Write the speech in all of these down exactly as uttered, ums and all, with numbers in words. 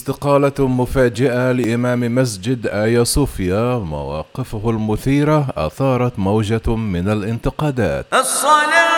استقالة مفاجئة لإمام مسجد آيا صوفيا، مواقفه المثيرة أثارت موجة من الانتقادات. الصلاة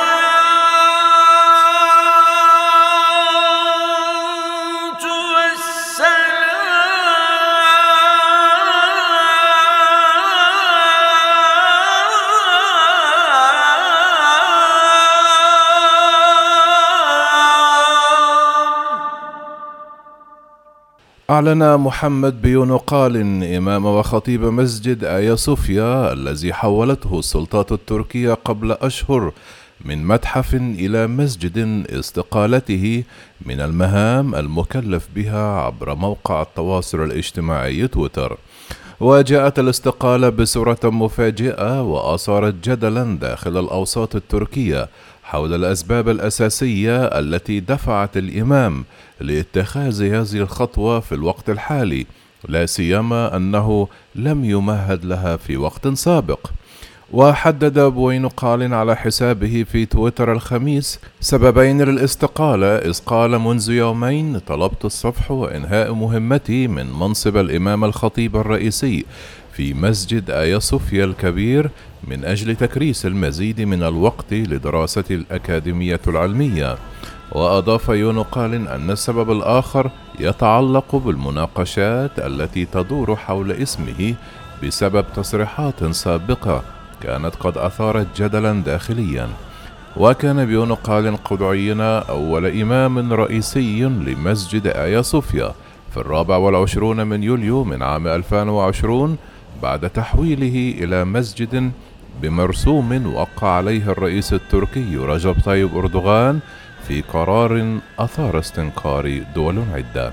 أعلن محمد بيونو قالن إمام وخطيب مسجد آيا صوفيا الذي حولته السلطات التركية قبل أشهر من متحف إلى مسجد استقالته من المهام المكلف بها عبر موقع التواصل الاجتماعي تويتر. وجاءت الاستقالة بصورة مفاجئة وأثارت جدلا داخل الأوساط التركية حول الأسباب الأساسية التي دفعت الإمام لاتخاذ هذه الخطوة في الوقت الحالي، لا سيما أنه لم يمهد لها في وقت سابق. وحدد بوينو قالن على حسابه في تويتر الخميس سببين للاستقالة، إذ قال: منذ يومين طلبت الصفح وإنهاء مهمتي من منصب الإمام الخطيب الرئيسي في مسجد آيا صوفيا الكبير من أجل تكريس المزيد من الوقت لدراسة الأكاديمية العلمية. وأضاف يونو قالن أن السبب الآخر يتعلق بالمناقشات التي تدور حول اسمه بسبب تصريحات سابقة كانت قد أثارت جدلا داخليا. وكان بيونو قالن قد عين أول إمام رئيسي لمسجد آيا صوفيا في الرابع والعشرون من يوليو من عام ألفين وعشرين بعد تحويله إلى مسجد بمرسوم وقع عليه الرئيس التركي رجب طيب أردوغان في قرار أثار استنكار دول عدة.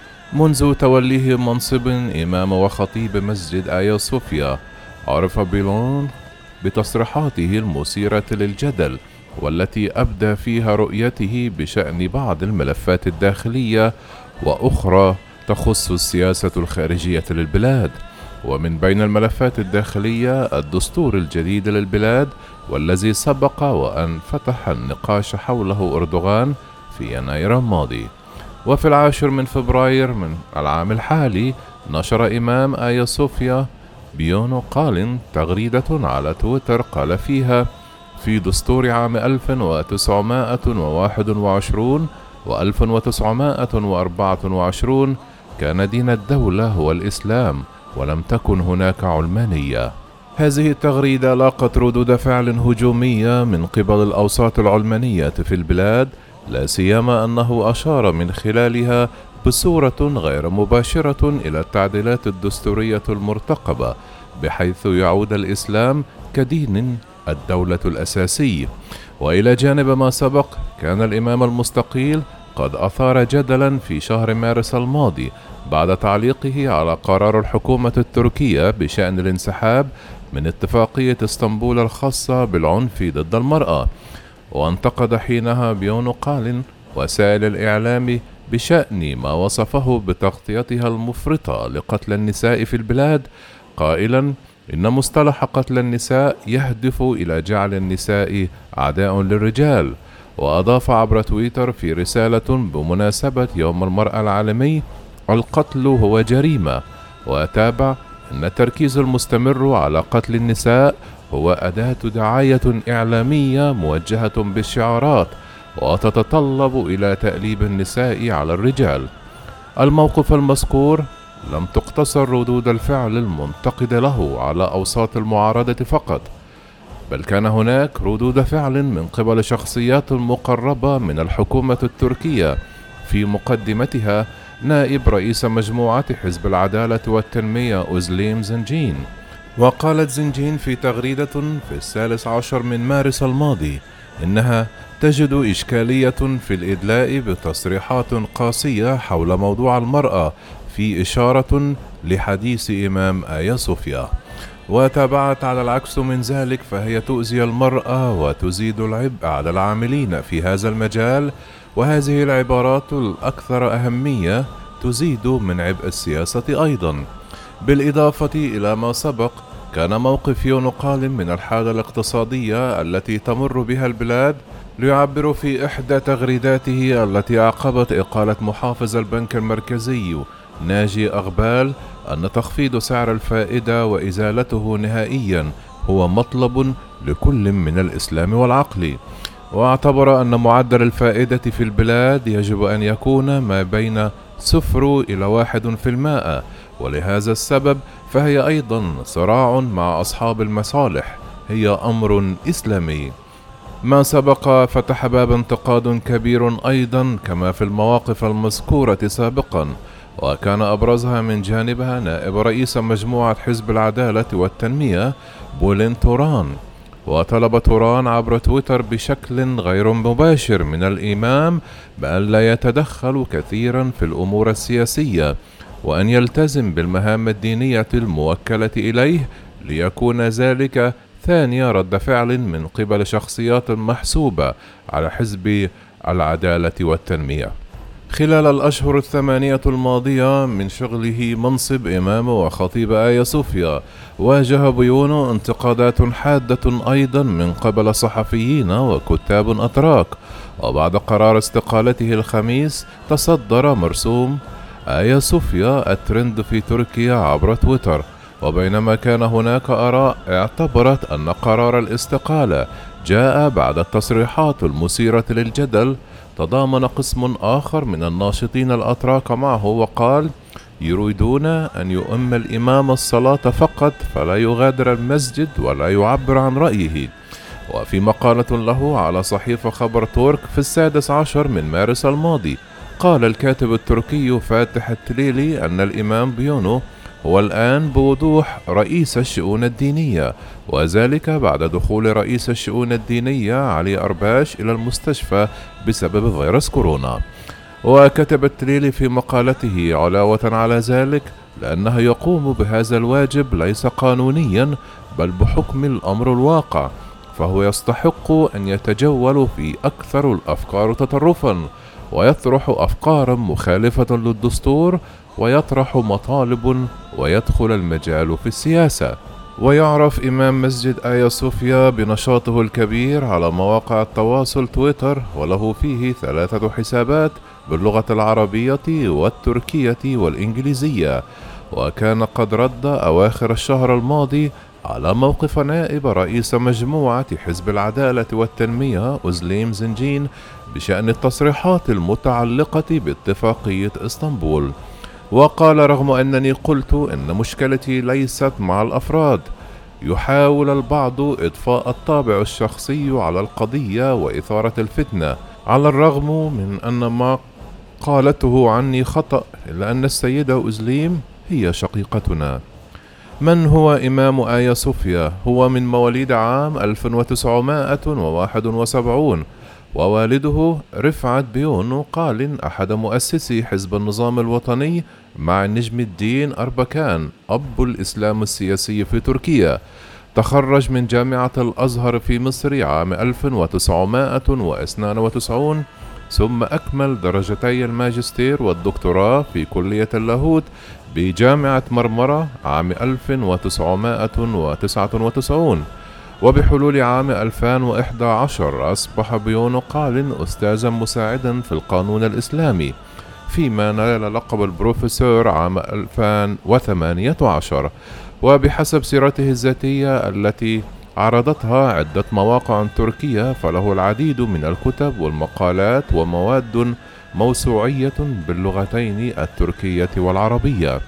منذ توليه منصب إمام وخطيب مسجد آيا صوفيا، عرف بيلون بتصريحاته المثيرة للجدل والتي أبدى فيها رؤيته بشأن بعض الملفات الداخلية وأخرى تخص السياسة الخارجية للبلاد. ومن بين الملفات الداخلية الدستور الجديد للبلاد، والذي سبق وأن فتح النقاش حوله أردوغان في يناير الماضي. وفي العاشر من فبراير من العام الحالي نشر إمام آيا صوفيا بيونو قالن تغريدة على تويتر قال فيها: في دستور عام ألف وتسعمائة وواحد وعشرين و ألف وتسعمائة وأربعة وعشرين كان دين الدولة هو الإسلام ولم تكن هناك علمانية. هذه التغريدة لاقت ردود فعل هجومية من قبل الأوساط العلمانية في البلاد، لا سيما أنه أشار من خلالها بصورة غير مباشرة إلى التعديلات الدستورية المرتقبة بحيث يعود الإسلام كدين الدولة الأساسي. وإلى جانب ما سبق، كان الإمام المستقيل قد أثار جدلا في شهر مارس الماضي بعد تعليقه على قرار الحكومة التركية بشأن الانسحاب من اتفاقية اسطنبول الخاصة بالعنف ضد المرأة. وانتقد حينها بيونو قالن وسائل الإعلام بشأن ما وصفه بتغطيتها المفرطة لقتل النساء في البلاد، قائلا إن مصطلح قتل النساء يهدف إلى جعل النساء أعداء للرجال. وأضاف عبر تويتر في رسالة بمناسبة يوم المرأة العالمي: القتل هو جريمة. وتابع أن التركيز المستمر على قتل النساء هو أداة دعاية إعلامية موجهة بالشعارات وتتطلب إلى تأليب النساء على الرجال. الموقف المذكور لم تقتصر ردود الفعل المنتقدة له على أوساط المعارضة فقط، بل كان هناك ردود فعل من قبل شخصيات مقربة من الحكومة التركية، في مقدمتها نائب رئيس مجموعة حزب العدالة والتنمية أوزليم زنجين. وقالت زنجين في تغريدة في الثالث عشر من مارس الماضي إنها تجد إشكالية في الإدلاء بتصريحات قاسية حول موضوع المرأة، في إشارة لحديث إمام آيا صوفيا. وتابعت: على العكس من ذلك فهي تؤذي المرأة وتزيد العبء على العاملين في هذا المجال، وهذه العبارات الأكثر أهمية تزيد من عبء السياسة أيضا. بالإضافة إلى ما سبق، كان موقف يونو قالن من الحالة الاقتصادية التي تمر بها البلاد ليعبر في إحدى تغريداته التي أعقبت إقالة محافظ البنك المركزي ناجي أغبال أن تخفيض سعر الفائدة وإزالته نهائيا هو مطلب لكل من الإسلام والعقل، واعتبر أن معدل الفائدة في البلاد يجب أن يكون ما بين صفر إلى واحد في المائة، ولهذا السبب فهي أيضا صراع مع أصحاب المصالح، هي أمر إسلامي. ما سبق فتح باب انتقاد كبير أيضا كما في المواقف المذكورة سابقا، وكان أبرزها من جانبها نائب رئيس مجموعة حزب العدالة والتنمية بولين توران، وطلب توران عبر تويتر بشكل غير مباشر من الإمام بأن لا يتدخل كثيرا في الأمور السياسية، وأن يلتزم بالمهام الدينية الموكلة إليه، ليكون ذلك ثاني رد فعل من قبل شخصيات محسوبة على حزب العدالة والتنمية. خلال الأشهر الثمانية الماضية من شغله منصب إمام وخطيب آيا صوفيا، واجه بيونو انتقادات حادة أيضا من قبل صحفيين وكتاب أتراك، وبعد قرار استقالته الخميس تصدر مرسوم آيا صوفيا الترند في تركيا عبر تويتر. وبينما كان هناك آراء اعتبرت أن قرار الاستقالة جاء بعد التصريحات المثيرة للجدل، تضامن قسم آخر من الناشطين الأتراك معه وقال: يريدون أن يؤم الإمام الصلاة فقط فلا يغادر المسجد ولا يعبر عن رأيه. وفي مقالة له على صحيفة خبر ترك في السادس عشر من مارس الماضي، قال الكاتب التركي فاتح التليلي أن الإمام بيونو هو الآن بوضوح رئيس الشؤون الدينية، وذلك بعد دخول رئيس الشؤون الدينية علي أرباش إلى المستشفى بسبب فيروس كورونا. وكتب التليلي في مقالته علاوة على ذلك لأنه يقوم بهذا الواجب ليس قانونيا بل بحكم الأمر الواقع، فهو يستحق أن يتجول في أكثر الأفكار تطرفا ويطرح أفكارا مخالفة للدستور ويطرح مطالب ويدخل المجال في السياسة. ويعرف إمام مسجد آيا صوفيا بنشاطه الكبير على مواقع التواصل تويتر، وله فيه ثلاثة حسابات باللغة العربية والتركية والإنجليزية، وكان قد رد أواخر الشهر الماضي على موقف نائب رئيس مجموعة حزب العدالة والتنمية أزليم زنجين بشأن التصريحات المتعلقة باتفاقية اسطنبول، وقال: رغم أنني قلت أن مشكلتي ليست مع الأفراد، يحاول البعض إضفاء الطابع الشخصي على القضية وإثارة الفتنة، على الرغم من أن ما قالته عني خطأ، إلا أن السيدة أزليم هي شقيقتنا. من هو إمام آيا صوفيا؟ هو من مواليد عام ألف وتسعمائة وواحد وسبعين، ووالده رفعت بيونو قال أحد مؤسسي حزب النظام الوطني مع نجم الدين أربكان أب الإسلام السياسي في تركيا. تخرج من جامعة الأزهر في مصر عام ألف وتسعمائة واثنين وتسعين، ثم أكمل درجتي الماجستير والدكتوراه في كلية اللاهوت بجامعة مرمرة عام ألف وتسعمائة وتسعة وتسعين. وبحلول عام ألفين وإحدى عشر أصبح بيونو قال أستاذا مساعدا في القانون الإسلامي، فيما نال لقب البروفيسور عام ألفين وثمانية عشر. وبحسب سيرته الذاتية التي عرضتها عدة مواقع تركية، فله العديد من الكتب والمقالات ومواد موسوعية باللغتين التركية والعربية.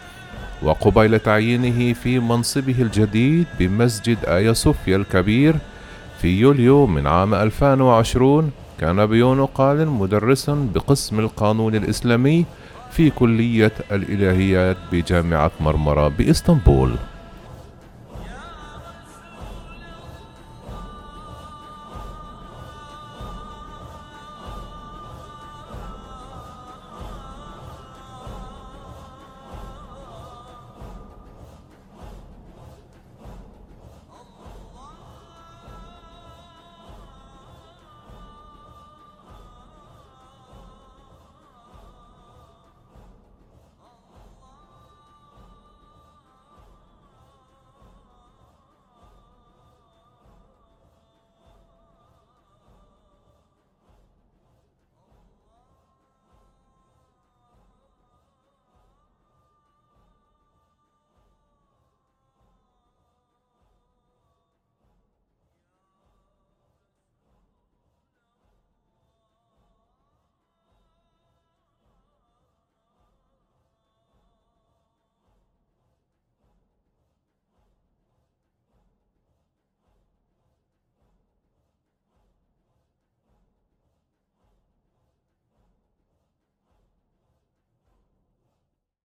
وقبيل تعيينه في منصبه الجديد بمسجد آيا صوفيا الكبير في يوليو من عام ألفين وعشرين، كان بيونو قال مدرسا بقسم القانون الإسلامي في كلية الإلهيات بجامعة مرمرة بإسطنبول.